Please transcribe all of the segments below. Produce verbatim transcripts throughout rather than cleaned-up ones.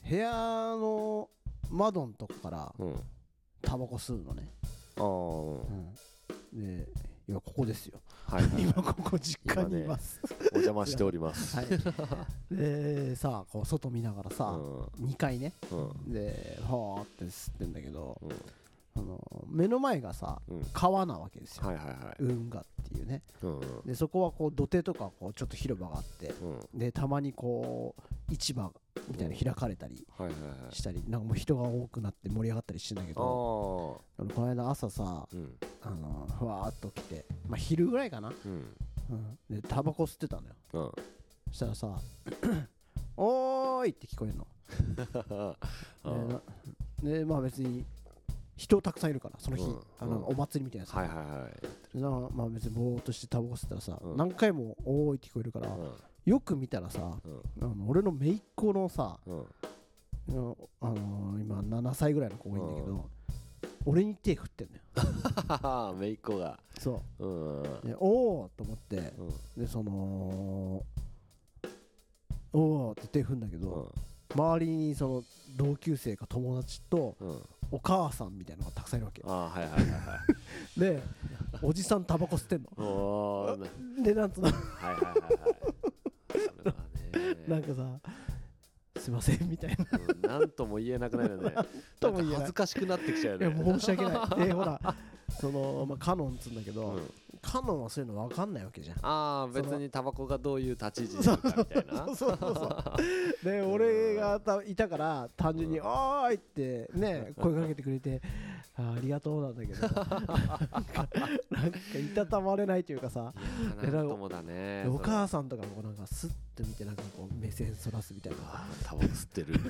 部屋の窓のとこからうんタバコ吸うのね。 あーうんでいやここですよ。 はいはいはい今ここ実家にいます。 お邪魔しておりますはい。でさこう外見ながらさ、 うにかいね。 んではーって吸ってんだけど、 うんあの目の前がさうん川なわけですよ。 はいはいはい運河っていうね。 うんでそこはこう土手とかこうちょっと広場があって、 うんでたまにこう市場みたいなの開かれたりはいはいはいしたり、なんかもう人が多くなって盛り上がったりしてんだけど、 あ俺この間朝さーうんあのふわーっと来て、まあ昼ぐらいかな、 うんうん、でタバコ吸ってたのよ。 うんそしたらさおーいって聞こえるの。 あでなでまあ別に人たくさんいるからその日、 うんあのうんお祭りみたいなやつ、 はいはいはいでなまあ別にぼーっとしてタバコ吸ったらさ、 うん何回もおーいって聞こえるから、 うんよく見たらさ、 うんあの俺の姪っ子のさ、 うんあのあのー今ななさいぐらいの子がいいんだけど、 うん俺に手振ってんのよ。 めいっ子がそううんでおおと思ってうんでそのおおって手振るんだけど、 うん周りにその同級生か友達とうんお母さんみたいなのがたくさんいるわけあーはいはいはいはいでおじさんタバコ吸ってんのおーなでなんつうのはいはいはいはいそれはねなんかさすいませんみたいなうんなんとも言えなくなるよねとも言えないなんか恥ずかしくなってきちゃういやよね申し訳ないでほらその、まあ、カノンっつうんだけど、 うんカノンはそういうの分かんないわけじゃん。 ああ別にタバコがどういう立ち位置にいるかみたいなそうそうそうそうで俺がたいたから単純に「 うんおーい!」ってね声かけてくれてあーありがとうなんだけどなんかなんかいたたまれないというかさ、 いやなんともだねでお母さんとかもなんかスッと見てなんかこう目線そらすみたいなあータバコ吸ってるみたい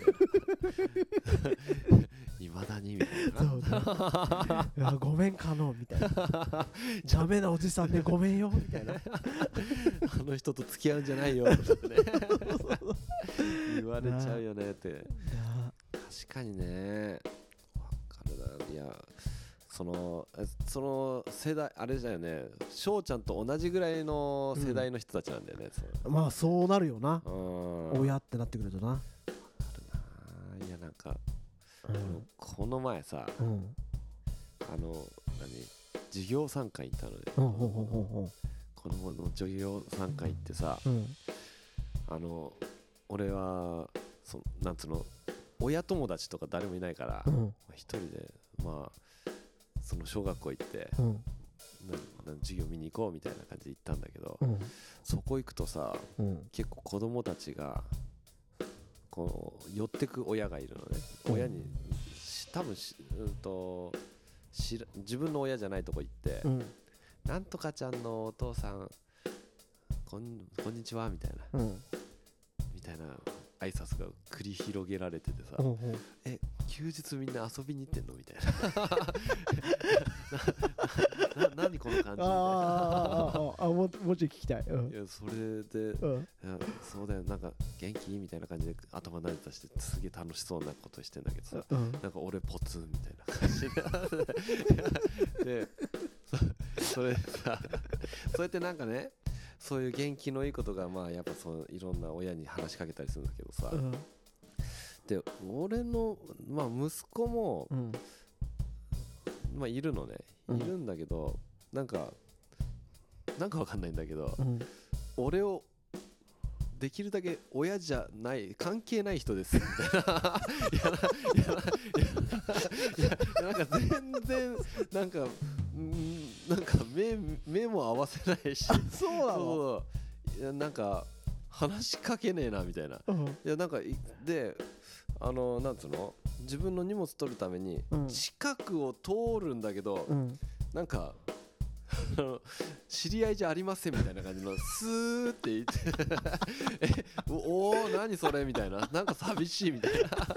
ないまだにみたいなそうねいやごめんカノンみたいなダメなおじさんでごめんよみたいなあの人と付き合うんじゃないよってね言われちゃうよねっていや確かにねわかるないやそのえその世代あれだよね翔ちゃんと同じぐらいの世代の人たちなんだよね、そまあそうなるよな、 ううん親ってなってくるとな、 あいやなんか、 うんこの前さうんあの何授業参観行ったので、 ほうほうほうほうほ子供の授業参観行ってさ、 ううんあの俺はそなんつうの親友達とか誰もいないから、 うん一人でまあその小学校行ってうんなな授業見に行こうみたいな感じで行ったんだけど、 うんそこ行くとさうん結構子供たちがこう寄ってく親がいるのね、 うん親にし多分し、うん、と知ら自分の親じゃないとこ行って、 うんなんとかちゃんのお父さんこんこんにちはみたいなうんみたいな挨拶が繰り広げられててさ、 うんうんえ休日みんな遊びに行ってんのみたいななな何この感じみたいなあーあーあーあーあもうもうちょい聞きたい。うんいやそれでうんいやそうだよなんか元気みたいな感じで頭撫でたしてすげえ楽しそうなことしてんだけどさ、 うんなんか俺ポツンみたいな感じででそそれでさそうやってなんかねそういう元気のいいことがまあやっぱそういろんな親に話しかけたりするんだけどさ、 うんで俺のまあ息子もうんまあいるのね、 うんいるんだけどなんかなんかわかんないんだけど、 うん俺をできるだけ親じゃない関係ない人ですみたいないやないやいやいやなんか全然なんかんなんか目目も合わせないしそうなの。 そういやなんか話しかけねえなみたいなうんいやなんかいであのなんつうの自分の荷物取るためにうん近くを通るんだけど、 うんなんかあの知り合いじゃありませんみたいな感じのスーって言ってえおおー何それみたいななんか寂しいみたい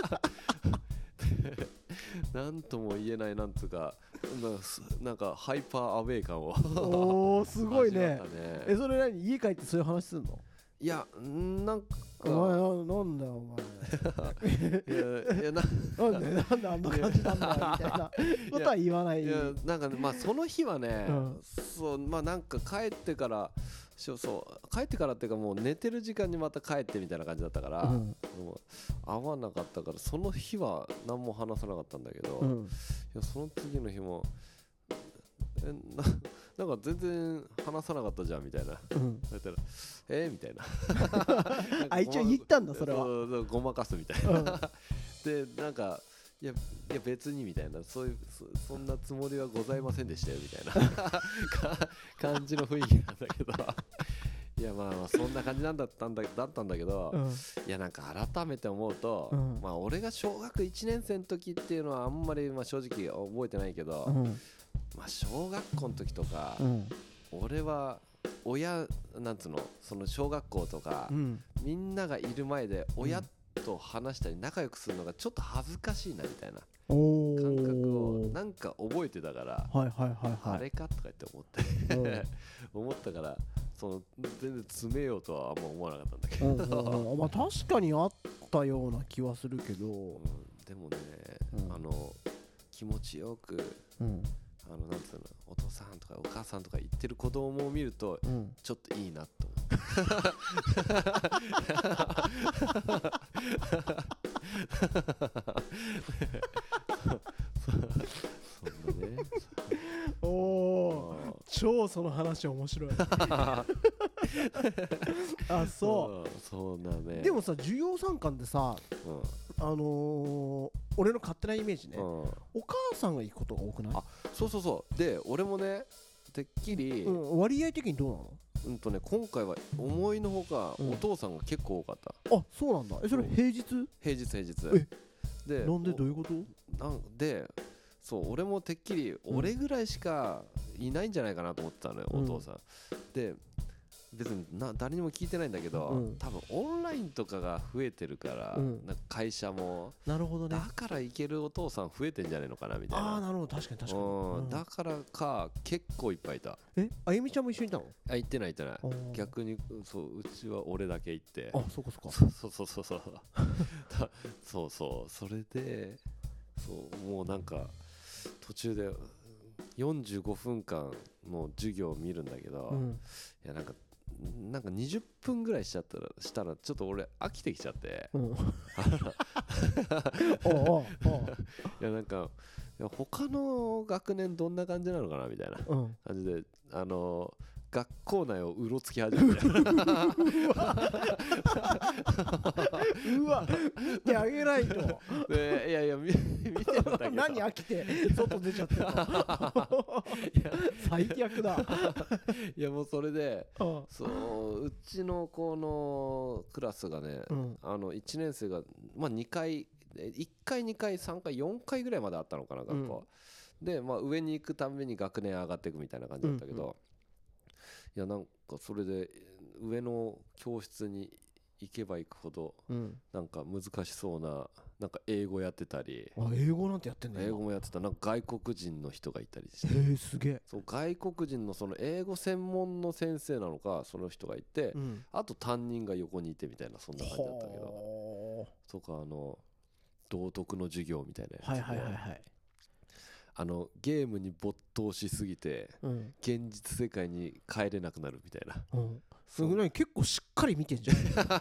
ななんとも言えないなんつうかなんかすなんかハイパーアウェイ感をおおすごいね味わった。ねえそれ何家帰ってそういう話すんの？ いやんなんかお前ななんだよおいやいやな前。なんでなんであんな感じなんだよみたいなことは言わない。 いやなんかねまあその日はね、 うんそうまあなんか帰ってからしょそう帰ってからっていうかもう寝てる時間にまた帰ってみたいな感じだったから、 うんもう会わなかったからその日は何も話さなかったんだけど、いうんやその次の日もえななんか全然話さなかったじゃんみたいなうんだったらえー、みたいななんかあ一応言ったんだそれはそうそうごまかすみたいな、 うんでなんかいやいや別にみたいなそういう そ, そんなつもりはございませんでしたよみたいなか感じの雰囲気なんだけどいやまあまあそんな感じなんだったんだだったんだけど、 うんいやなんか改めて思うと、 うんまあ俺が小学いちねん生の時っていうのはあんまりまあ正直覚えてないけど、 うんまあ小学校の時とか、 うん俺は親なんつうのその小学校とか、 うんみんながいる前で親と話したり仲良くするのがちょっと恥ずかしいなみたいなお感覚をーなんか覚えてたから、 はいはいはいはいあれかとか言って思ってうん思ったからその全然詰めようとはあんま思わなかったんだけど、 うんうんうんまあ確かにあったような気はするけど、 うんでもね、 うんあの気持ちよくうんあのなんつうのお父さんとかお母さんとか言ってる子供を見るとうん、 ちょっといいなと思そんなねおおあ超その話面白いあそうんそうだねうでもさ授業参観でさうんあのー、俺の勝手なイメージね、 うんお母さんが行くことが多くない？ あそうそうそうで俺もねてっきりう、ん、割合的にどうなの？ うんとね今回は思いのほかうんお父さんが結構多かったあそうなんだえそれ平日？ 平日平日でなんでどういうこと？ なんでそう俺もてっきり俺ぐらいしかいないんじゃないかなと思ってたのよ、 うんお父さんで別にな誰にも聞いてないんだけど、 うん多分オンラインとかが増えてるから、 うんなんか会社もなるほどねだから行けるお父さん増えてんじゃないのかなみたいなああなるほど確かに確かに、 うんうんだからか結構いっぱいいたえあゆみちゃんも一緒にいたの？ あ行ってない行ってないあー逆にそううちは俺だけ行ってあそこそこそうそうそうそうそうだそうそうそれでそうもうなんか途中でよんじゅうごふんかんの授業を見るんだけど、 うんいやなんかなんかにじゅっぷんぐらいしちゃったらしたらちょっと俺飽きてきちゃってうんおうおうおういやなんかいや他の学年どんな感じなのかなみたいなうん感じであの学校内をうろつき始めてうわ見てあげないとでいやいや見見てるんだけど何飽きて外出ちゃってんの最悪だいやもうそれでうんそううちの子のクラスがね、 うんあのいちねん生が、まあ、にかいいっかいにかいさんかいよんかいぐらいまであったのかな学校、で、まあ、上に行くたんびに学年上がっていくみたいな感じだったけど、 うんうんいやなんかそれで上の教室に行けば行くほどうんなんか難しそうななんか英語やってたりあ英語なんてやってんだよ英語もやってたなんか外国人の人がいたりしてえー、すげえそう外国人のその英語専門の先生なのかその人がいて、 うんあと担任が横にいてみたいなそんな感じだったけどはとかあの道徳の授業みたいなやつで、 あはいはいはいはいあのゲームに没頭しすぎてうん現実世界に帰れなくなるみたいなうんすそうごい結構しっかり見てんじゃん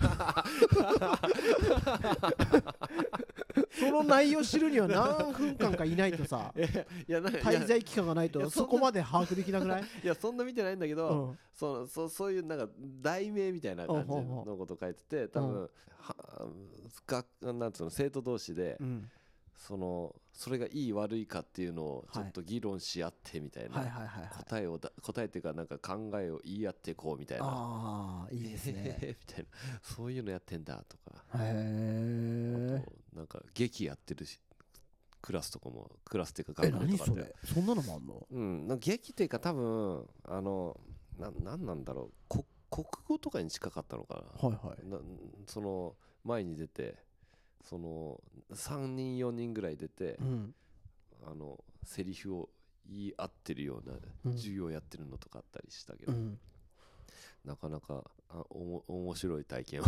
その内容知るには何分間かいないとさいやないや滞在期間がないいやとそこまで把握できなくない？ いやそんな見てないんだけど、 うんそそそういうなんか題名みたいな感じのこと書いてて多分、 うんは学なんつうの生徒同士で、 うんそのそれがいい悪いかっていうのをちょっと議論し合ってみたいな、 はいはいはいはい答えをだ答えっていうかなんか考えを言い合っていこうみたいなああいいですねみたいなそういうのやってんだとかへえあとなんか劇やってるしクラスとかもクラスっていうかえ学校とかって何それそんなのもあんの？ うんなんか劇っていうか多分あのななんなんだろうこ国語とかに近かったのかな、 はいはいなその前に出てそのさんにんよにんぐらい出て、 うんあのセリフを言い合ってるようなうん授業やってるのとかあったりしたけど、 うんなかなかあおも面白い体験を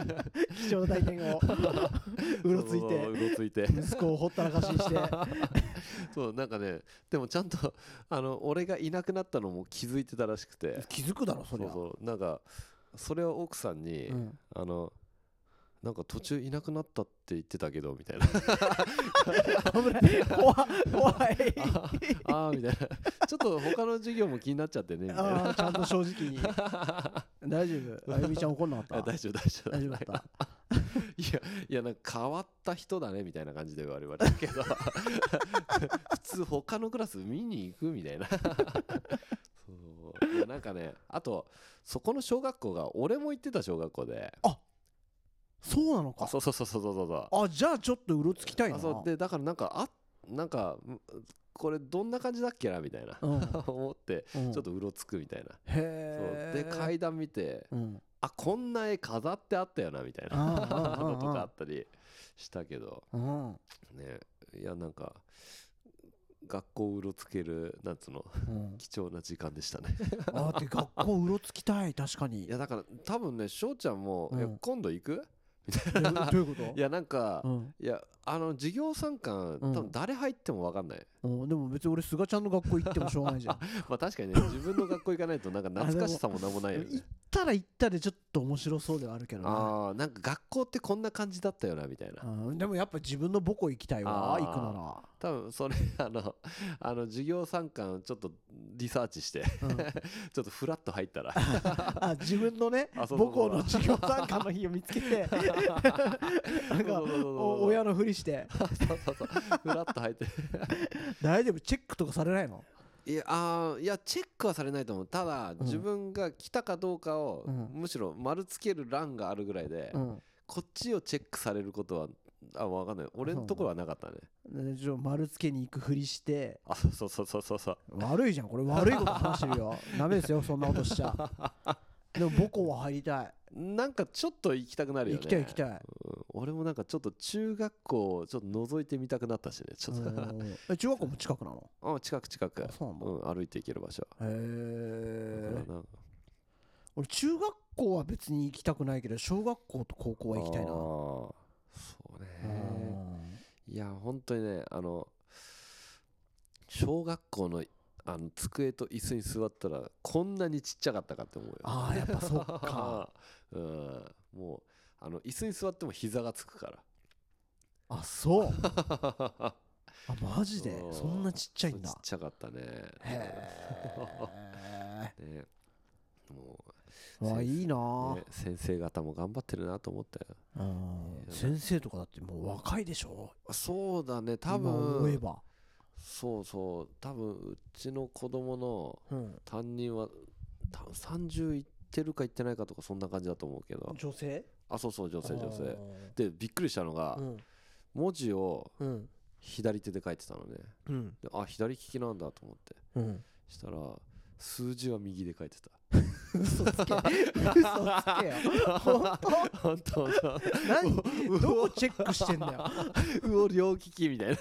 貴重な体験をうろついそうてうろついて息子をほったらかしにしてそうなんかねでもちゃんとあの俺がいなくなったのも気づいてたらしくて、 気づくだろそりゃ。 そうそうなんかそれを奥さんに、 うん、 あのなんか途中いなくなったって言ってたけどみたいな危ない怖怖いああみたいなちょっと他の授業も気になっちゃってねみたいなあちゃんと正直に大丈夫、あゆみちゃん怒んなかった大丈夫大丈夫大丈夫だったいやいやなんか変わった人だねみたいな感じで言われたけど普通他のクラス見に行くみたいなそういやなんかねあとそこの小学校が俺も行ってた小学校で、 あそうなのか。 あそうそうそうそうそうそうあじゃあちょっとうろつきたいな。 あそうでだからなんかあなんかこれどんな感じだっけなみたいな、うん、思って、うん、ちょっとうろつくみたいな。 へそうで階段見て、 うん、 あこんな絵飾ってあったよなみたいなのとかあったりしたけど、 うん、 ねいやなんか学校うろつけるなんつうの、うん、貴重な時間でしたねあで学校うろつきたい確かに。 いやだから多分ね翔ちゃんも、うん、今度行くみたいな。どういうこと？ いやなんか、うん、いやあの授業参観、うん、多分誰入っても分かんない、 うん、でも別に俺菅ちゃんの学校行ってもしょうがないじゃんまあ確かにね自分の学校行かないとなんか懐かしさもなんもないよね行ったら行ったでちょっと面白そうではあるけどね。 あなんか学校ってこんな感じだったよなみたいな。 でもやっぱ自分の母校行きたいわ行くなら。 多分それあのあの授業参観ちょっとリサーチして、うん、ちょっとフラッと入ったらあ自分のね母校の授業参観の日を見つけてなんか親のふりしてそうそうそうフラッと入って大丈夫チェックとかされないの？ いやあいやチェックはされないと思う。ただ、うん、自分が来たかどうかを、うん、むしろ丸つける欄があるぐらいで、うん、こっちをチェックされることはあ分かんない。俺のところはなかったね。 丸つけに行くふりしてあそうそうそうそうそう悪いじゃんこれ悪いこと話してるよダメですよそんなことしちゃでも母校は入りたい。 なんかちょっと行きたくなるよね。 行きたい行きたい、うん、 俺もなんかちょっと中学校をちょっと覗いてみたくなったしねちょっと中学校も近くなの？ あ近く近くそうなんだ、 うん、歩いて行ける場所。へえ俺中学校は別に行きたくないけど小学校と高校は行きたいな。あそうねいや本当にねあの小学校のあの机と椅子に座ったらこんなにちっちゃかったかって思うよ。 ああやっぱそっかうんもうあの椅子に座っても膝がつくから。 あそうあマジでそんなちっちゃいんだ。 ちっちゃかったね。 へえねもうわいいな、 ね、先生方も頑張ってるなと思ったよ。 うん先生とかだってもう若いでしょ。 そうだね多分今思えばそうそう多分うちの子供の担任は、うん、多分さんじゅういってるかいってないかとかそんな感じだと思うけど。 女性？ あそうそう女性女性でびっくりしたのが、うん、文字を左手で書いてたのね、うん、であ左利きなんだと思って、うん、したら数字は右で書いてた。 嘘つけ嘘つけよ本当本当何どこチェックしてんだようお両利きみたいな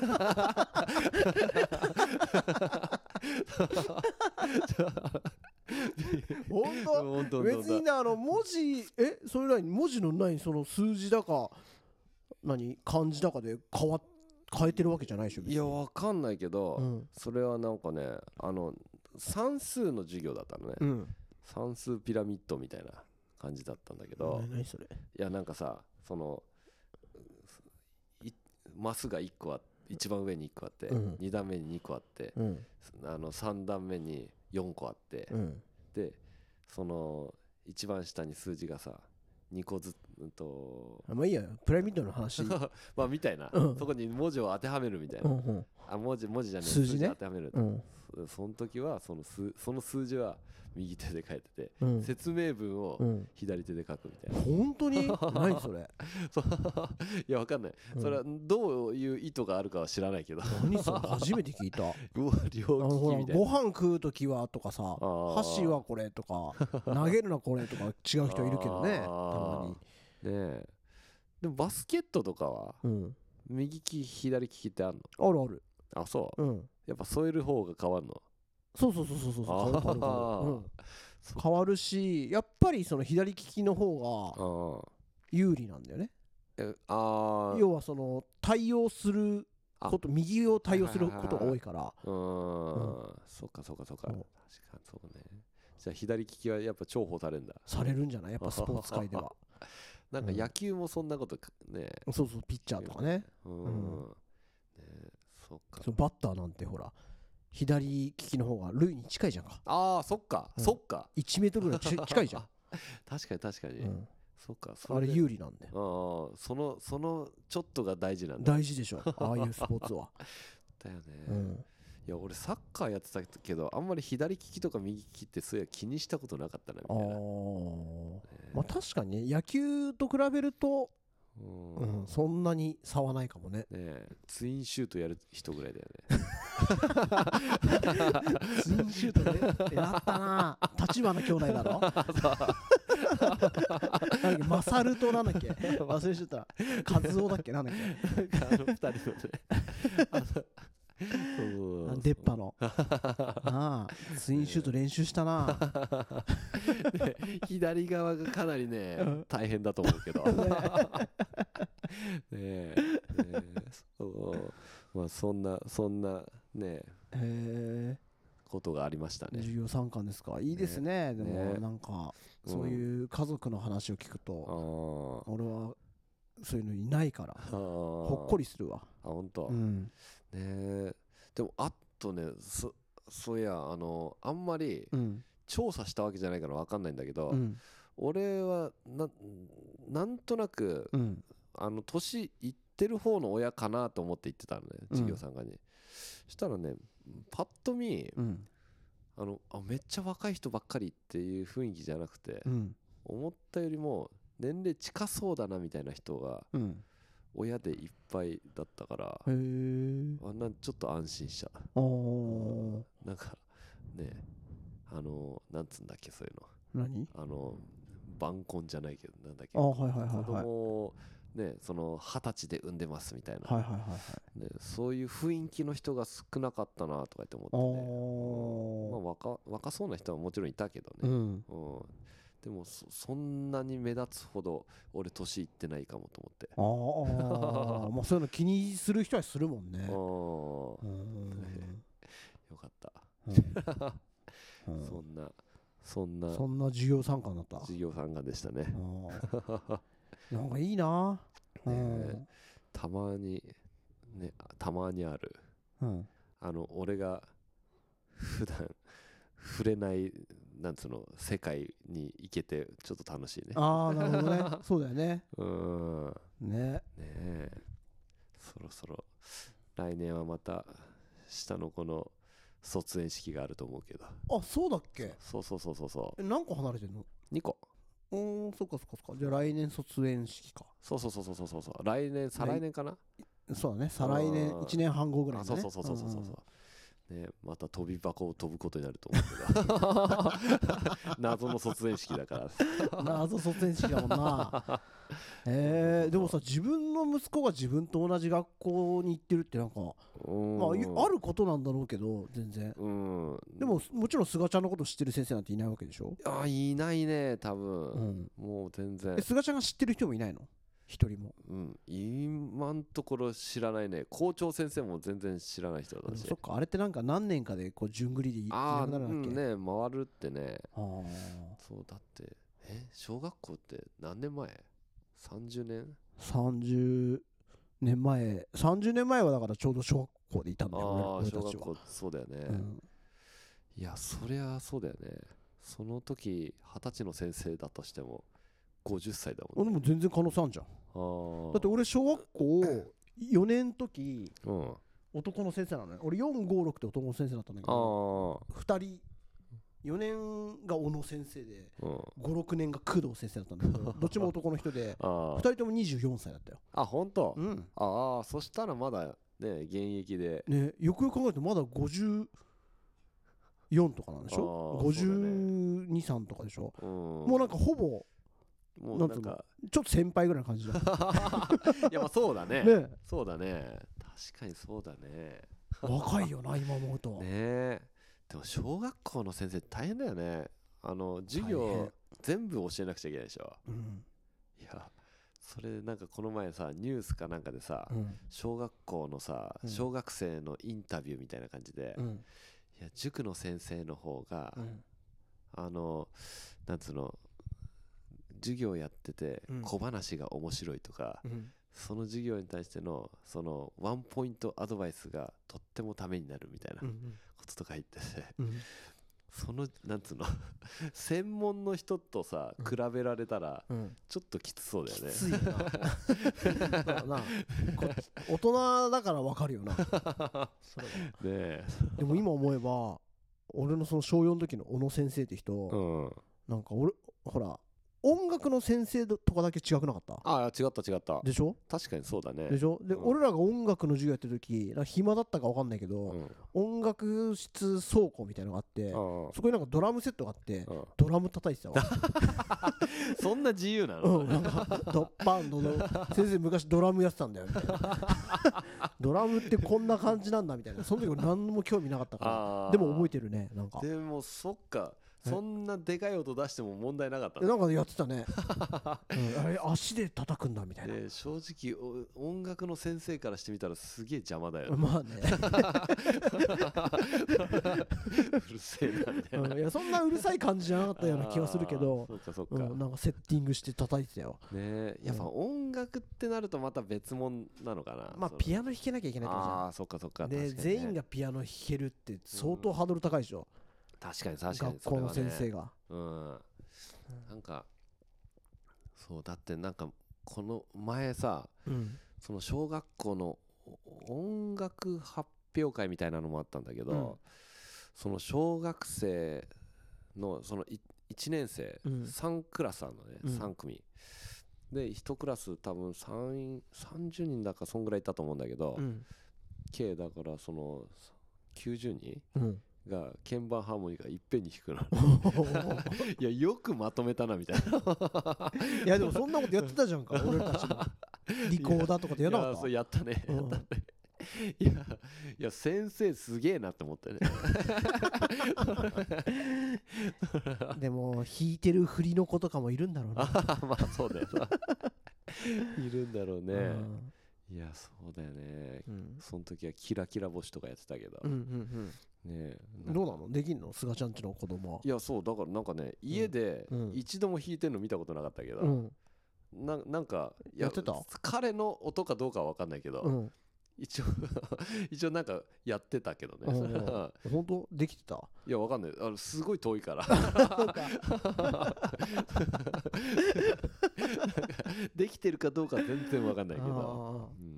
本当別にねあの文字えそれなに文字のないその数字だか何漢字だかで変わ変えてるわけじゃないでしょ。 いやわかんないけど、うん、それはなんかねあの算数の授業だったのね、うん、算数ピラミッドみたいな感じだったんだけど、 何それ。いやなんかさそのマスがいっこあって一番上にいっこあって、うん、に段目ににこあって、うん、あのさん段目によんこあって、うん、でその一番下に数字がさにこずつ、うんとあまあいいやピラミッドの話まあみたいな、うん、そこに文字を当てはめるみたいな、うんうん、あ文字文字じゃねえ数字ね、 数字当てはめる、うん、そ, その時はその数その数字は右手で書いてて、うん、説明文を左手で書くみたいな、 うん、本当に何それそいやわかんない、うん、それはどういう意図があるかは知らないけど何それ初めて聞いたうわ両利きみたいな。 ご飯食う時はとかさ箸はこれとか投げるなこれとか違う人いるけどねたまにねえ。でもバスケットとかは、うん、右利き左利きってあるの？あるある。 あそう、うん、やっぱ添える方が変わるの？ そうそうそうそうそう変わる変わる、うん、変わるしやっぱりその左利きの方が有利なんだよね。 えあ要はその対応すること右を対応することが多いから。 うーん、そっかそっかそっか。確かにそうね。じゃあ左利きはやっぱ重宝されるんだ。 されるんじゃない、やっぱスポーツ界では。 なんか野球もそんなことね、 うん、そうそう、ピッチャーとかね。 うん、うん、ね、そっか。 そのバッターなんてほら左利きの方が塁に近いじゃんか。 ああ、そっか、うん、そっか。 いちメートルぐらい近いじゃん。 確かに確かに。うん、そっか。 それあれ有利なんだよ。 ああ、そのそのちょっとが大事なんだ。 大事でしょ。ああいうスポーツは。 だよね。 うん、 いや俺サッカーやってたけどあんまり左利きとか右利きってそういや気にしたことなかったなみたいな。あ、ね、 まあ確かにね、野球と比べると、うんうん、そんなに差はないかもね。 ね、ツインシュートやる人ぐらいだよね。 ツインシュートね、やったな。立花兄弟だろ。なんだっけ、マサルとなんだっけ、忘れちゃった。カズオだっけ、なんだっけ。 あの二人のね。 出っ歯のああ、ツインシュート練習したな。 ね、左側がかなりね、うん、大変だと思うけど。ねえ、ねえ、そう、まあそんなそんなね、へことがありましたね。 授業参観ですか。いいですね。ね、でもなんか、ね、そういう家族の話を聞くと、うん、俺はそういうのいないからほっこりするわ。 あ、本当。うん、ね、でもあとね、そそういや、あのあんまり調査したわけじゃないから分かんないんだけど、うん、俺は な, なんとなく、うん、あの年いってる方の親かなと思って言ってたのね、授業参加に、うん、そしたらね、パッと見、うん、あのあめっちゃ若い人ばっかりっていう雰囲気じゃなくて、うん、思ったよりも年齢近そうだなみたいな人が、うん、親でいっぱいだったから、へー、あんなちょっと安心した。あ、なんかね、あのなんつうんだっけ、そういうの、何、あの晩婚じゃないけどなんだっけ、あ、はいはいはいはい、子供をね、その二十歳で産んでますみたいな、はいはいはいはい、ね、そういう雰囲気の人が少なかったなとかって思ってね、まあ、若, 若そうな人はもちろんいたけどね、うんうん、でも そ, そんなに目立つほど俺年いってないかもと思って。 ああ、まあそういうの気にする人はするもんね。あ、うん、 よかった、うん、そんなそんなそんな授業参観だった。 授業参観でしたね。 なんかいいな、 ね、うん、たまにね、たまにある、うん、あの俺が普段触れないなんつうの世界に行けてちょっと楽しいね。 ああ、なるほどね。そうだよね。うん。ね。ねえ。 そろそろ来年はまた下の子の卒園式があると思うけど。 あ、そうだっけ。 そうそうそうそうそう。 え、何個離れてんの？ にこ。 おー、そっかそっかそっか。じゃあ来年卒園式か。 そうそうそうそうそうそう。来年、再来年かな。 そうだね。再来年いちねんはんごぐらいだね。 そうそうそうそうそうそう。ね、また飛び箱を飛ぶことになると思うけど謎の卒園式だから謎卒園式だもんな。えー、でもさ、自分の息子が自分と同じ学校に行ってるってなんか、まあ、あることなんだろうけど全然、うん、でももちろん菅ちゃんのこと知ってる先生なんていないわけでしょ。 あ、いないね多分、うん、もう全然。 え、菅ちゃんが知ってる人もいないの？一人も。 うん、今のところ知らないね。校長先生も全然知らない人だし。 そっか、あれってなんか何年かでこう順繰りでいなくなるんだっけ。 ああ、うんね、回るってね。あ、そうだって、え、小学校って何年前？ さんじゅう 年 ?さんじゅう 年前、さんじゅうねんまえはだからちょうど小学校でいたんだよ。 ああ、小学校、そうだよね、うん、いや、そりゃそうだよね。その時二十歳の先生だとしてもごじゅっさいだもんね。 でも全然可能性あるじゃん。あ、だって俺小学校よねんの時、うん、男の先生なのね。俺よんごろくって男の先生だったんだけど、ふたりよねんが小野先生で、うん、ごろくねんが工藤先生だったんだけどどっちも男の人でふたりともにじゅうよんさいだったよ。 あ、本当。うん、ああ、そしたらまだね現役でね。よくよく考えるとまだごじゅうよんとかなんでしょ。ごじゅうに、さんとかでしょ、うん、もうなんかほぼもうなんかちょっと先輩ぐらいの感じだいや、まあそうだね。ね、そうだね、確かにそうだね。 若いよな今思うと。 ね。でも小学校の先生大変だよね。あの授業全部教えなくちゃいけないでしょ、うん、いやそれなんかこの前さニュースかなんかでさ、うん、小学校のさ小学生のインタビューみたいな感じで、うん、いや塾の先生の方が、うん、あのなんつうの授業やってて小話が面白いとか、うん、その授業に対してのそのワンポイントアドバイスがとってもためになるみたいなこととか言ってて、うんうん、そのなんつうの専門の人とさ比べられたらちょっときつそうだよね、 きついなだからな大人だから分かるよなそれはね。でも今思えば俺のその小よんの時の小野先生って人、うん、なんか俺ほら音楽の先生とかだけ違くなかった？ ああ違った違ったでしょ。 確かにそうだねでしょ。で、うん、俺らが音楽の授業やってる時なんか暇だったか分かんないけど、うん、音楽室倉庫みたいなのがあって、うん、そこになんかドラムセットがあって、うん、ドラム叩いてたわそんな自由なの、 うん、なんかドッバンドの先生昔ドラムやってたんだよみたいなドラムってこんな感じなんだみたいな。その時俺何も興味なかったからでも覚えてるね。なんかでもそっかそんなでかい音出しても問題なかった、 ね、なんかやってたね、うん、あれ足で叩くんだみたいな、 ね、正直音楽の先生からしてみたらすげえ邪魔だよねまあねうるせえなみたいな、 うん、いやそんなうるさい感じじゃなかったような気がするけどそうかそうか、 うん、なんかセッティングして叩いてたよね。やっぱ音楽ってなるとまた別物なのかな。 まあピアノ弾けなきゃいけないってことじゃん。 ああそっかそっか。 で、ね、全員がピアノ弾けるって相当ハードル高いでしょ、うん確かに確かに学校の先生が、ね、 うん、なんかそうだってなんかこの前さ、うん、その小学校の音楽発表会みたいなのもあったんだけど、うん、その小学生のそのいちねん生、うん、さんクラスあるのね、うん、さん組でいちクラス多分さんじゅうにんだかそんぐらいいたと思うんだけど、うん、計だからそのきゅうじゅうにん、うんが鍵盤ハーモニカいっぺんに弾くのいやよくまとめたなみたいないやでもそんなことやってたじゃんか俺たちもリコーダーとかでやらなかった？ いやそうやったね、うん、やったねいやいや先生すげえなって思ってねでも弾いてる振りの子とかもいるんだろうねまあそうだよないるんだろうね、うんいやそうだよね、うん、その時はキラキラ星とかやってたけど、うんうんうん、ねどうなのできんの菅ちゃんちの子供は。 いやそうだからなんかね家で一度も弾いてんの見たことなかったけど、うん、な, なんかいややってた彼の音かどうかは分かんないけど、うん、一応一応なんかやってたけどね本当できてた？ いや分かんないあのすごい遠いからできてるかどうか全然分かんないけど、うん、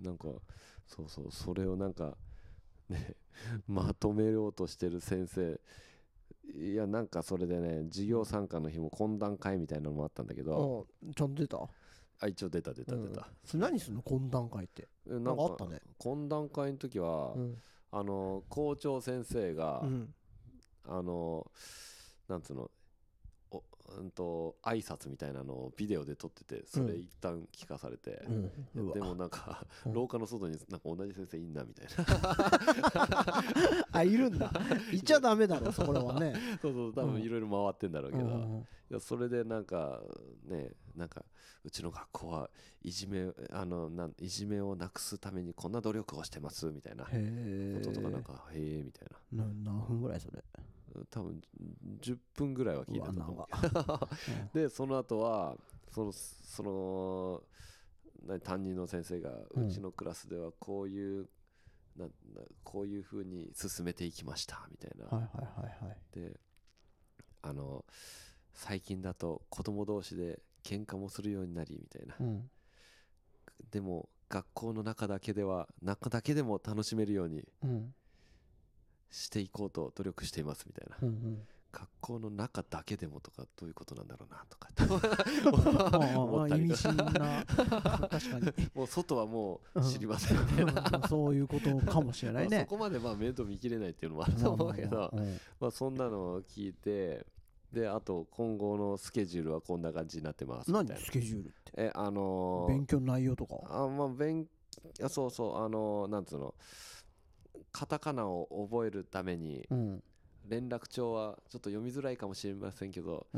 なんかそうそうそれをなんかねまとめようとしてる先生いやなんかそれでね授業参加の日も懇談会みたいなのもあったんだけど、 ちゃんと出た？ あ一応出た出た出た、うん、 それ何するの懇談会って？なんかあったね。 懇談会の時は、うん、あの校長先生が、うん、あのなんつうのおうんと挨拶みたいなのをビデオで撮っててそれ一旦聞かされて、うん、でもなんか、うん、廊下の外になんか同じ先生いんなみたいなあいるんだいちゃダメだろそこらはねそうそう多分いろいろ回ってんだろうけど、うん、いやそれでなんかねなんかうちの学校はいじめあのなんいじめをなくすためにこんな努力をしてますみたいなこととかなんかへえみたいな。 な何分ぐらいそれ？ 多分じゅっぷんぐらいは聞いたと思うけどでその後はそのその担任の先生がうちのクラスではこういう、うん、ななこういう風に進めていきましたみたいな、はいはいはいはい、であの最近だと子供同士で喧嘩もするようになりみたいな、うん、でも学校の中だけでは中だけでも楽しめるように、うんしていこうと努力していますみたいな、うんうん、学校の中だけでもとかどういうことなんだろうなとか思ったりとか確かにもう外はもう知りませんみたいな、 うん、そういうことかもしれないねそこまでまあ面倒見きれないっていうのもあると思うけど、まあまあまあ、そんなのを聞いてであと今後のスケジュールはこんな感じになってますみたいな。 何スケジュールってえあのー、 勉強の内容とかあまあ勉あそうそうあのー、なんつうのカタカナを覚えるために連絡帳はちょっと読みづらいかもしれませんけど、うん、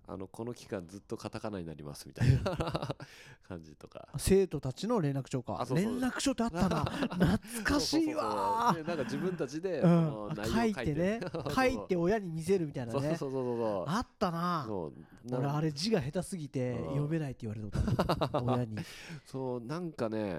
あのこの期間ずっとカタカナになりますみたいな感じとか。 生徒たちの連絡帳か。 そうそう連絡帳ってあったな懐かしいわー。 でなんか自分たちで、 うんその内容書いてね書いて親に見せるみたいなね。 そうそうそうそうあったな。 そう俺あれ字が下手すぎてうん読めないって言われたことある親に。 そうなんかね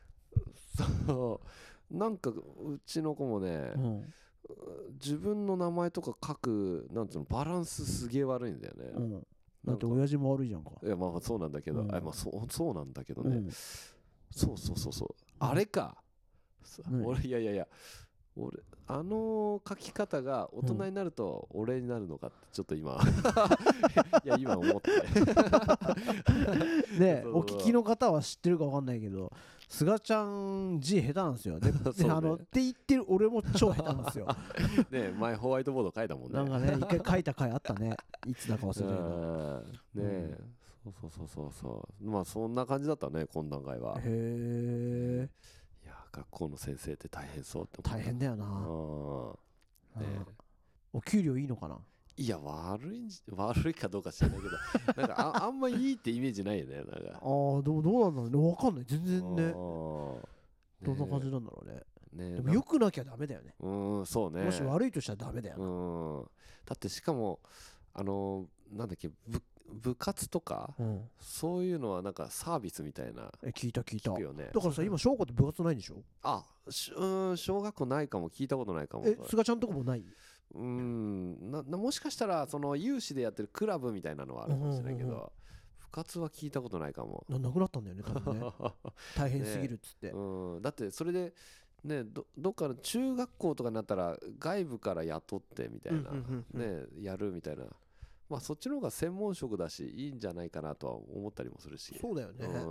そうなんかうちの子もね、 うん、 自分の名前とか書くなんつうのバランスすげえ悪いんだよね、 うん、だって親父も悪いじゃんか。 いやまあそうなんだけど、 うん、 あまあそうそうなんだけどね、 うん、 そうそうそうそうあれか、うん、俺いやいやいや俺あの書き方が大人になると俺になるのかってちょっと今いや今思ってねお聞きの方は知ってるか分かんないけどすがちゃん字下手なんですよ。で、ね、あのって言ってる俺も超下手なんですよね前ホワイトボード書いたもんね。 なんかね一回書いた回あったねいつだか忘れたけどねえ、うん、そうそうそうそうまあそんな感じだったね懇談会は。 へえ。 いや学校の先生って大変そうって思った。大変だよな。ね、お給料いいのかな。 いや悪い悪いかどうか知らないけどなんか あ, あんまいいってイメージないよねなんか。ああどうどうなんだろうね分かんない全然ね。どんな感じなんだろうね。ねでも良くなきゃダメだよね。 うんそうね。 もし悪いとしたらダメだよな。 うんだってしかもあのなんだっけ部部活とか、うん、そういうのはなんかサービスみたいな。 え聞いた聞いた。 聞くよね。 だからさ今小学校って部活ないんでしょ。 あしうん小学校ないかも聞いたことないかも。 えすがちゃんとこもない。 うんななもしかしたらその有志でやってるクラブみたいなのはあるかもしれないけど、うんうんうん、部活は聞いたことないかも。 ななくなったんだよね多分ね大変すぎるっつって、 ねうん、だってそれでね ど, どっかの中学校とかになったら外部から雇ってみたいな、うんうんうんうんね、やるみたいな。まあそっちの方が専門職だしいいんじゃないかなとは思ったりもするし。 そうだよね、うん、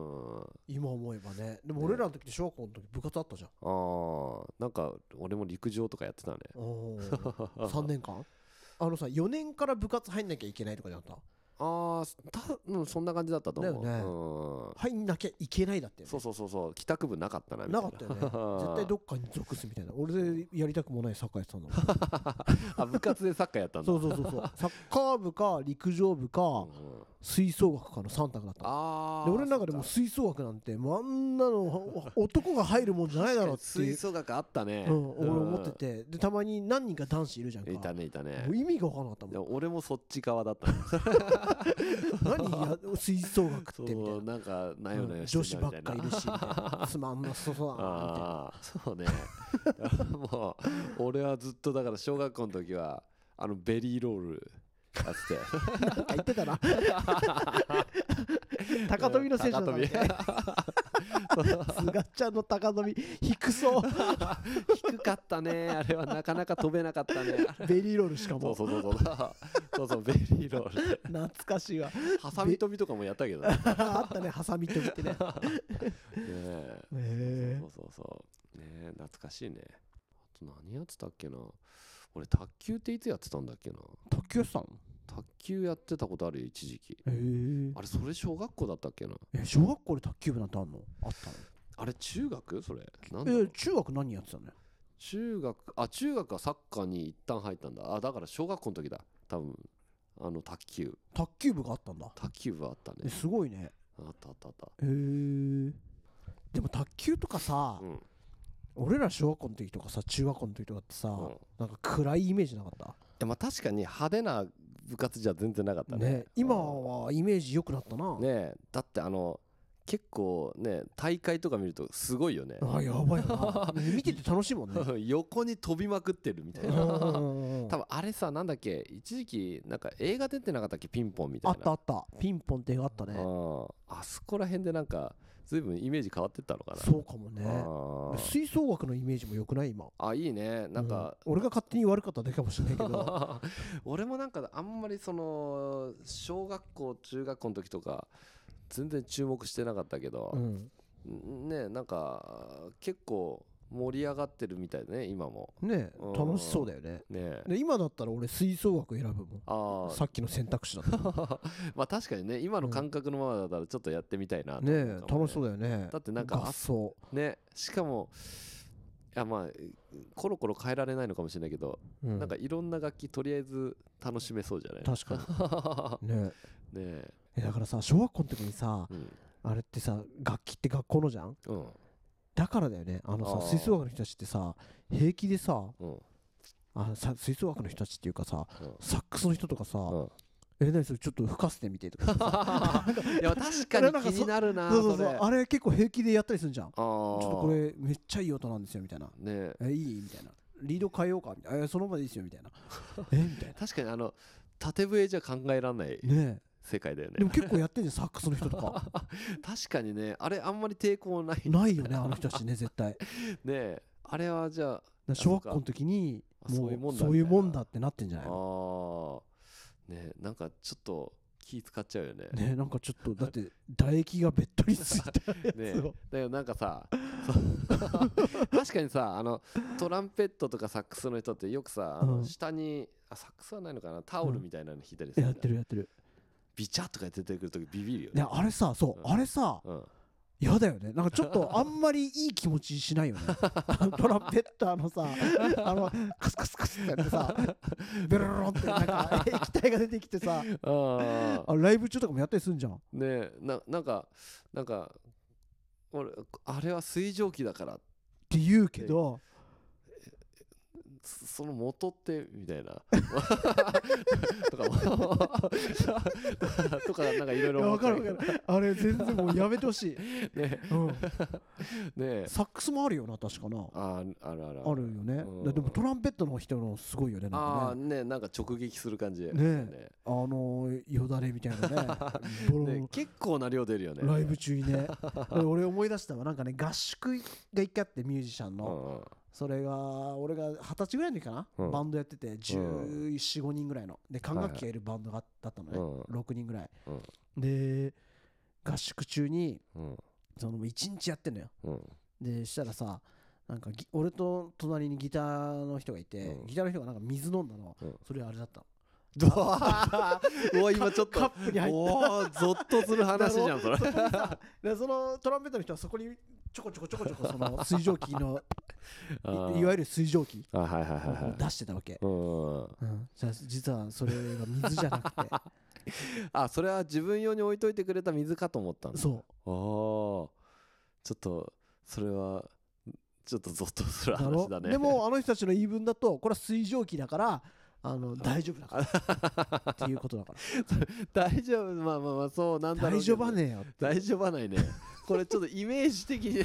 今思えばね。でも俺らの時って小学校の時部活あったじゃん、ね、 ああなんか俺も陸上とかやってたねさんねんかんあのさよねんから部活入んなきゃいけないとかじゃなかった。 ああた、うん、そんな感じだったと思う。 だよね、うん、入んなきゃいけないだってよね。 そうそうそうそう帰宅部なかったなみたいな。 なかったよね絶対どっかに属すみたいな。俺でやりたくもないサッカーやってたんだあ部活でサッカーやったんだ。 そうそうそうそうサッカー部か陸上部か、うん、吹奏楽かのさん択だった。あで俺の中でも吹奏楽なんてもうあんなの男が入るもんじゃないだろって吹奏楽あったね、 うん、俺思っててでたまに何人か男子いるじゃんか。 いたねいたね。 もう意味が分からなかったもん。 俺もそっち側だった何や吹奏楽ってみたいな。 なんかなよなよしてるみたいな、うん、女子ばっかいるしみたいなつまんなさそうだなみたいな。 そうねもう俺はずっとだから小学校の時はあのベリーロールやってなんか言ってたな高跳びの選手だったみたいなすがちゃんの高跳び低そう低かったねあれはなかなか飛べなかったねベリーロールしかもそうそうそうそうそうそうベリーロール懐かしいわ。 ハサミ跳びとかもやったけど、ね、 あったねハサミ跳びってねねえそうそうそうねえ懐かしいね。あと何やってたっけな俺卓球っていつやってたんだっけな。 卓球やってたの。 卓球やってたことあるよ一時期。 へえあれそれ小学校だったっけな。 え小学校で卓球部なんてあんのあったの。 あれ中学それなんだろう。 え中学何やってたの。 中学あ中学はサッカーに一旦入ったんだ。あだから小学校の時だ多分あの卓球卓球部があったんだ。 卓球部あったね。 すごいね。 あったあったあった。 へえでも卓球とかさ、うん、俺ら小学校の時とかさ中学校の時とかってさ、うん、なんか暗いイメージなかった。いやまあ確かに派手な部活じゃ全然なかったね。 ね今はイメージ良くなったな。 ねだってあの結構ね大会とか見るとすごいよね。 あやばいな見てて楽しいもんね横に飛びまくってるみたいな多分あれさなんだっけ一時期なんか映画出てなかったっけピンポンみたいな。 あったあったピンポンって映画あったね。 あそこら辺でなんか随分イメージ変わってったのかな。 そうかもね。吹奏楽のイメージも良くない今。 あいいねなんか、 うん、俺が勝手に悪かっただけかもしれないけど俺もなんかあんまりその小学校中学校の時とか全然注目してなかったけど、うん、ねなんか結構盛り上がってるみたいね今もね、うん、楽しそうだよね。ねで今だったら俺吹奏楽選ぶもん。あさっきの選択肢だったまあ確かにね今の感覚のままだったらちょっとやってみたいなと思うかもね。 ね楽しそうだよね。 だってなんか合奏ねしかもやまあコロコロ変えられないのかもしれないけど、うん、なんかいろんな楽器とりあえず楽しめそうじゃない？ 確かにねねええだからさ小学校の時にさ、うん、あれってさ楽器って学校のじゃん、うん、だからだよねあのさ吹奏楽の人たちってさ平気でさ、うん、あさ吹奏楽の人たちっていうかさ、うん、サックスの人とかさ、うんえ、何それちょっと吹かせてみてとかいや確かに気になるなそうそうそうあれ結構平気でやったりするじゃん。ちょっとこれめっちゃいい音なんですよみたいな、ね、えいいみたいなリード変えようかみたいなえそのままでいいですよみたいなえみたいな確かにあの縦笛じゃ考えられないね世界だよね。 でも結構やってんじゃんサックスの人とか確かにねあれあんまり抵抗ないないよねあの人たちね絶対ねえあれはじゃあ小学校の時にもうそういうもんだってなってんじゃないの？ あねなんかちょっと気使っちゃうよね。 ねなんかちょっとだって唾液がべっとりついたやつねだよなんかさ確かにさあのトランペットとかサックスの人ってよくさあの下に、うん、あサックスはないのかなタオルみたいなの引いたりする、 うん、やってるやってるビチャッとか出てくるときビビるよね。 ねあれさそう、うん、あれさ、うんやだよねなんかちょっとあんまりいい気持ちしないよねトランペッターのさあのカスカスカスってやってさベロロロってなんか液体が出てきてさああライブ中とかもやったりするんじゃんねえ な, なんかなんか俺あれは水蒸気だからって言うけどその元ってみたいなとかとかなんかいろいろ分かる分かるあれ全然もうやめてほしいね、うん、ねサックスもあるよな確かなああるあるあるよね、うん、でもトランペットの人のすごいよねなんかねあねなんか直撃する感じねねあのー、よだれみたいな ね, ね結構な量出るよねライブ中にね俺思い出したわなんかね合宿が一回あってミュージシャンの、うんそれが俺がはたちぐらいの時かな、うん、バンドやっててじゅうよん、ごにんぐらいので管楽器がいるバンドがだったのね、うん、ろくにんぐらい、うん、で合宿中に、うん、そのいちにちやってんのよ、うん、でしたらさなんか俺と隣にギターの人がいて、うん、ギターの人がなんか水飲んだの、うん、それあれだったのうわ今ちょっとカップに入ったゾッとする話じゃんそれそでそのトランペットの人はそこにちょこちょこちょこちょこその水蒸気の い, いわゆる水蒸気を出してたわけ、うんうん、実はそれが水じゃなくてあそれは自分用に置いといてくれた水かと思ったんだ。 そうあちょっとそれはちょっとゾッとする話だね。 でもあの人たちの言い分だとこれは水蒸気だからあの大丈夫だからっていうことだから大丈夫まあまあまあそうなんだろう大丈夫はねえよ大丈夫はないねこれちょっとイメージ的に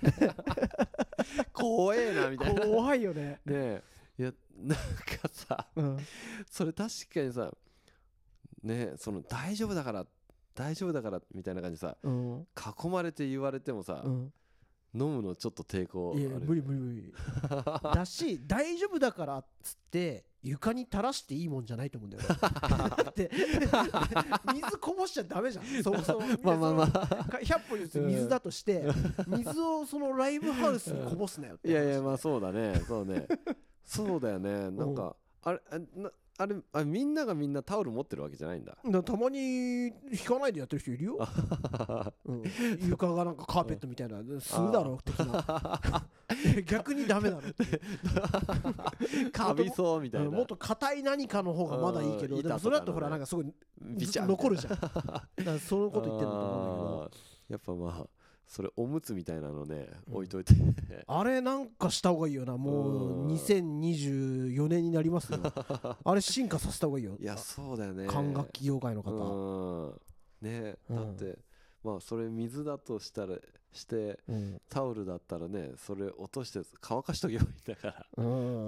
怖えなみたいな怖いよねねえいやなんかさ、うん、それ確かにさねその大丈夫だから大丈夫だからみたいな感じでさ、うん、囲まれて言われてもさ、うん飲むのちょっと抵抗ある、ね、いや無理無理無理だし大丈夫だからっつって床に垂らしていいもんじゃないと思うんだよだって水こぼしちゃダメじゃんそもそもまあまあまあひゃっぽ譲って水だとして水をそのライブハウスにこぼすなよっていやいやまあそうだねそうねそうだよねなんかあれあなあれあみんながみんなタオル持ってるわけじゃないんだ。 だたまに引かないでやってる人いるよ、うん、床がなんかカーペットみたいな吸うだろう的な逆にダメだろってカビそうみたいなもっと硬い何かの方がまだいいけどでもそれだとほらなんかすごい残るじゃんだからそのこと言ってるんだと思うんだけどやっぱまあそれおむつみたいなのね、うん、置いといてあれなんかした方がいいよなもうにせんにじゅうよねんになりますよあれ進化させた方がいいよいやそうだよね管楽器業界の方ねだって、うん、まあそれ水だとしたらして、うん、タオルだったらねそれ落として乾かしとけばいいんだから、うん、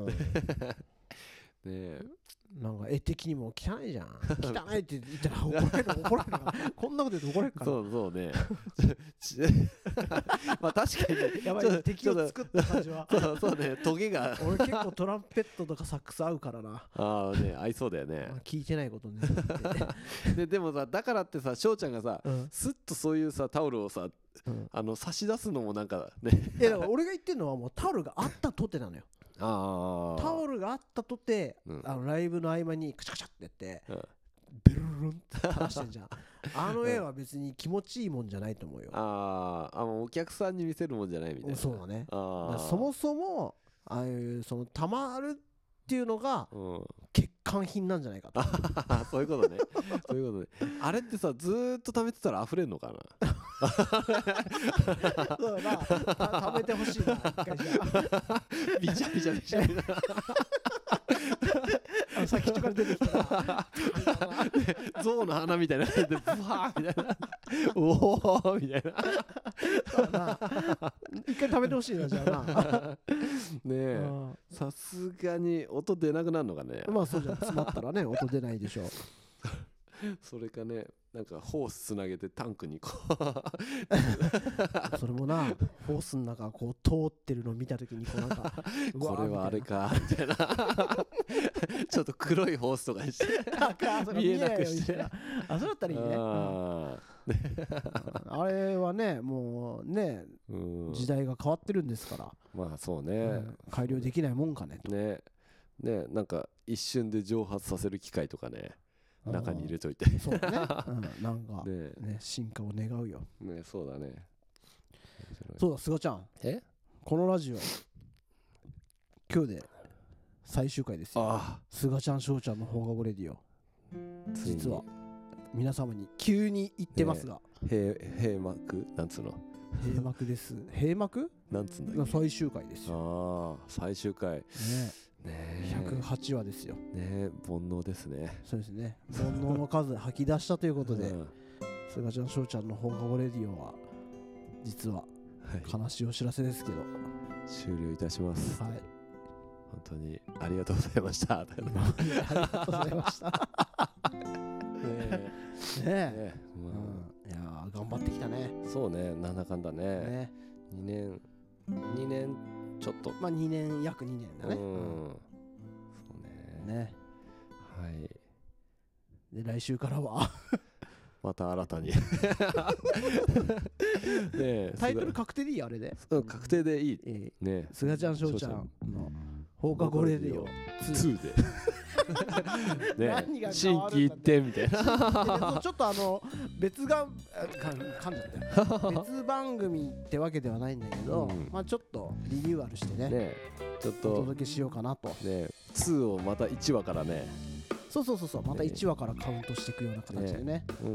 ねえなんか絵的にも汚いじゃん汚いって言ったら怒られる怒られるこんなこと言うと怒られるからそうそうねまあ確かにねやばい敵を作った感じはそうそうねトゲが俺結構トランペットとかサックス合うからなああね合いそうだよね聞いてないことねで, でもさだからってさ翔ちゃんがさ、うん、スッとそういうさタオルをさ、うん、あの差し出すのもなんかねいやだから俺が言ってるのはもうタオルがあったとてなのよあタオルがあったとて、うん、あのライブの合間にカチャカチャってやって、うん、ベロロンって垂らしてんじゃんあの絵は別に気持ちいいもんじゃないと思うよああもう客さんに見せるもんじゃないみたいな。 そうだね。 あそもそもああいうそのたまるっていうのが、 うん、 欠陥品なんじゃないかと。 そういうことね。そういうことね。あれってさ、ずーっと貯めてたら溢れんのかな。 そうだな、食べてほしいな、一回じゃあ。 ビチャビチャビチャみたいな。 あの先っちょから出てきたら象の鼻みたいな感じでブワーみたいな。おおみたいな。 一回食べてほしいな、じゃあな。 ねえ、さすがに音出なくなるのかね。 まあそうじゃん、詰まったらね、音出ないでしょう。 それかね、なんかホースつなげてタンクにこうそれもな、ホースの中こう通ってるのを見たときにこうなんかこれはあれかみたいなちょっと黒いホースとかにして見えなくして、 あ、そうだったらいいね。ああれはね、もうね、時代が変わってるんですから。 まあそうね、 改良できないもんかね。 ねね、なんか一瞬で蒸発させる機械とかね、中に入れといて。 そうね、うん、なんかね、ね、進化を願うよ。 ね、そうだね。 そうだ、すがちゃん。 え？ このラジオ今日で最終回ですよ。ああ、すがちゃんしょうちゃんの放課後レディオ。実は皆様に急に言ってますが、 ね、閉幕なんつうの？ 閉幕です。閉幕？ なんつうんだっけ？ 最終回ですよ。 ああ、最終回。ね。 ね、ひゃくはちわですよ。 ね、煩悩ですね。 そうですね。煩悩の数吐き出したということで、うん、すがちゃんしょうちゃんの放課後レディオは実は悲しいお知らせですけど、はい、 終了いたします。 はい。 本当にありがとうございました。ありがとうございました。ねえ。ねえ。うん、いやー、頑張ってきたね。 そうね、なんだかんだね。ね、にねんにねんちょっと、 まあにねん、約にねんだね。うん、 そうね。ね。はい。 で、来週からはまた新たにねえ、タイトル確定でいい？あれで。 うん、確定でいい。 えー、ね。すがちゃんしょうちゃんの放課後レディオツーでね、新規一点みたいなちょっとあの別が噛んじゃったよ別番組ってわけではないんだけど、うん、まあちょっとリニューアルしてね、ね、 ちょっとお届けしようかなと。 ね、ツーをまたいちわからね、 そうそうそうそう、またいちわからカウントしていくような形でね、ね、うん、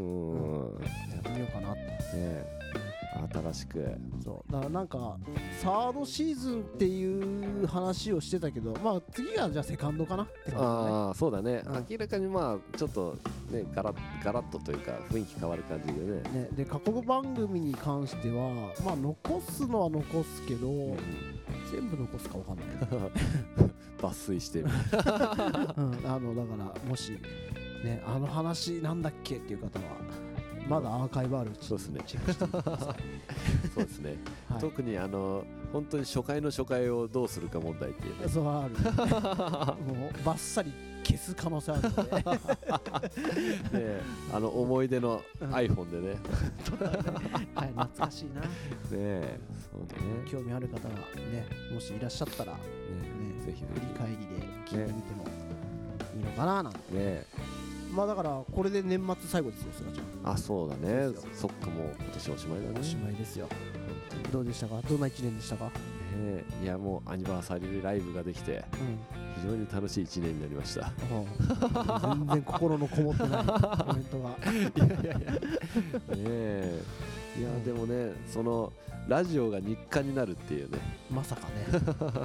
うん、やってみようかなと。ね、 新しく。 そうだからなんかサードシーズンっていう話をしてたけど、まあ次がじゃあセカンドかなって感じだね。 ああ、そうだね、うん、明らかにまあちょっとねガラッガラッとというか雰囲気変わる感じで ね, ねで過去番組に関してはまあ残すのは残すけど、うん、全部残すか分かんない抜粋してる、うん、 あのだからもしねあの話なんだっけっていう方はまだアーカイブあるうちにチェックしてください。 そうですね、はい、特にあの本当に初回の初回をどうするか問題っていうね。 そうある、ね、もうバッサリ消す可能性あるんでね、あの思い出の iPhone でね、 うん、はい、懐かしいな。ねえ、そうだね、 興味ある方はね、もしいらっしゃったら、ねね、ぜひ振り返りで聞いてみてもいいのかななんて。ね、まあだからこれで年末最後ですよ、すがちゃん。 あ、そうだね。そっか、もう今年おしまいだね。 おしまいですよ。どうでしたか？どんな一年でしたか？ えー、いやもうアニバーサリーライブができて、うん、非常に楽しい一年になりました。 全然心のこもってないコメントが。いやいやいや。ねえ、いやでもね、そのラジオが日課になるっていうね。 まさかね。 ねえ、いやもう本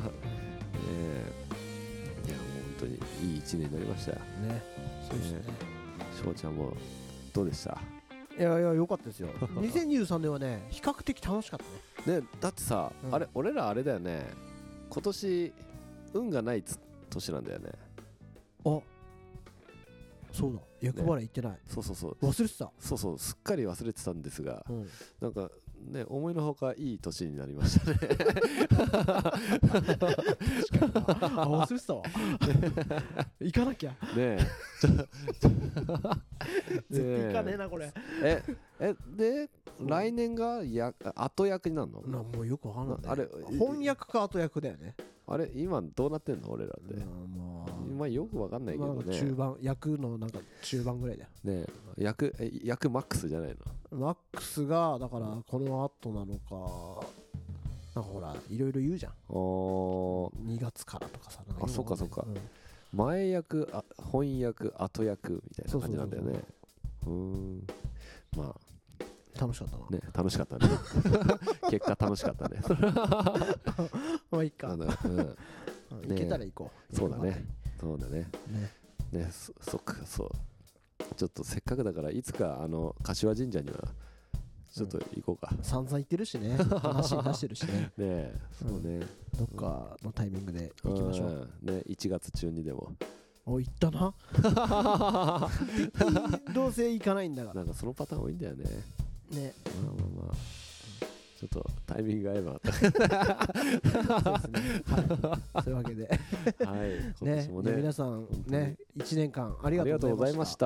当にいい一年になりましたよ。ね。そうですね。しょうちゃんもどうでした？ いやいや、良かったですよ。にせんにじゅうさんねんはね、比較的楽しかったね。ね、だってさ、うん、あれ俺らあれだよね。今年運がないつ年なんだよね。 あ、そうだ。厄払い行ってない、ね。そうそうそう。忘れてた。 そうそう、すっかり忘れてたんですが、うん、なんかね、思いのほかいい年になりましたね。確かにな。あ、忘れてたわ。行かなきゃ。ねえ。絶対行かねえなこれ。 え、え、で、来年がや後役になるの？ な、もうよくわかんない。あれ、翻訳か後役だよね。 あれ、今どうなってんの俺らって。 まあ、 まあよくわかんないけどね、 中盤役のなんか中盤ぐらいだよね。役え役マックスじゃないの？ マックスがだからこの後なのか、なんかほらいろいろ言うじゃん。 おにがつからとかさ。 なんかあ、そっかそっか、うん、前役、あ、翻訳、後役みたいな感じなんだよね。うーん、まあ楽しかったな。 ね、楽しかったね。結果楽しかったね。 まあいいか。 あの、うん、 行けたら行こう。そうだね。そうだね。ね、ね、そ、そっか、そう。ちょっとせっかくだからいつかあの柏神社にはちょっと行こうか。 うん、散々行ってるしね。話出してるしね。 ねえ、そうね、うん。 どっかのタイミングで行きましょう。 うん、ね、いちがつ中にでも。 お、行ったな。どうせ行かないんだから。 なんかそのパターン多いんだよね。 ね。 まあまあまあ。ちょっとタイミングが合えば。 そうですね。はい。そういうわけで。 はい。今年もね。 ね、皆さんね、いちねんかんありがとうございました。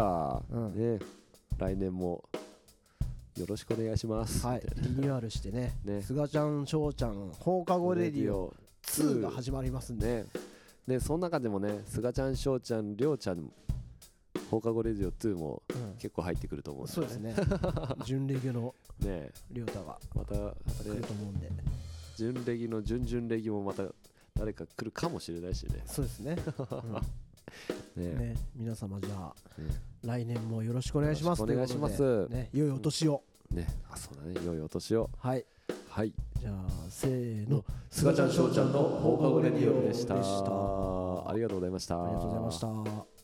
うん、ね、来年もよろしくお願いします。 はい。リニューアルしてね。ね、すがちゃん、しょうちゃん、放課後レディオツーが始まりますんで。 ね。で、その中でもね、すがちゃん、しょうちゃん、りょうちゃん、放課後レディオツーも結構入ってくると思うんで、 そうですね。準レギュのりょうたがまた来ると思うんで、 準レギの準々レギもまた誰か来るかもしれないしね。 そうですね。ね、皆様じゃあ来年もよろしくお願いします。 お願いします。 ね、良いお年を。 ね、あ、そうだね、良いお年を。 はい。 はい。 じゃあせーの、 すがちゃんしょうちゃんの放課後レディオでした。ありがとうございました。 ありがとうございました。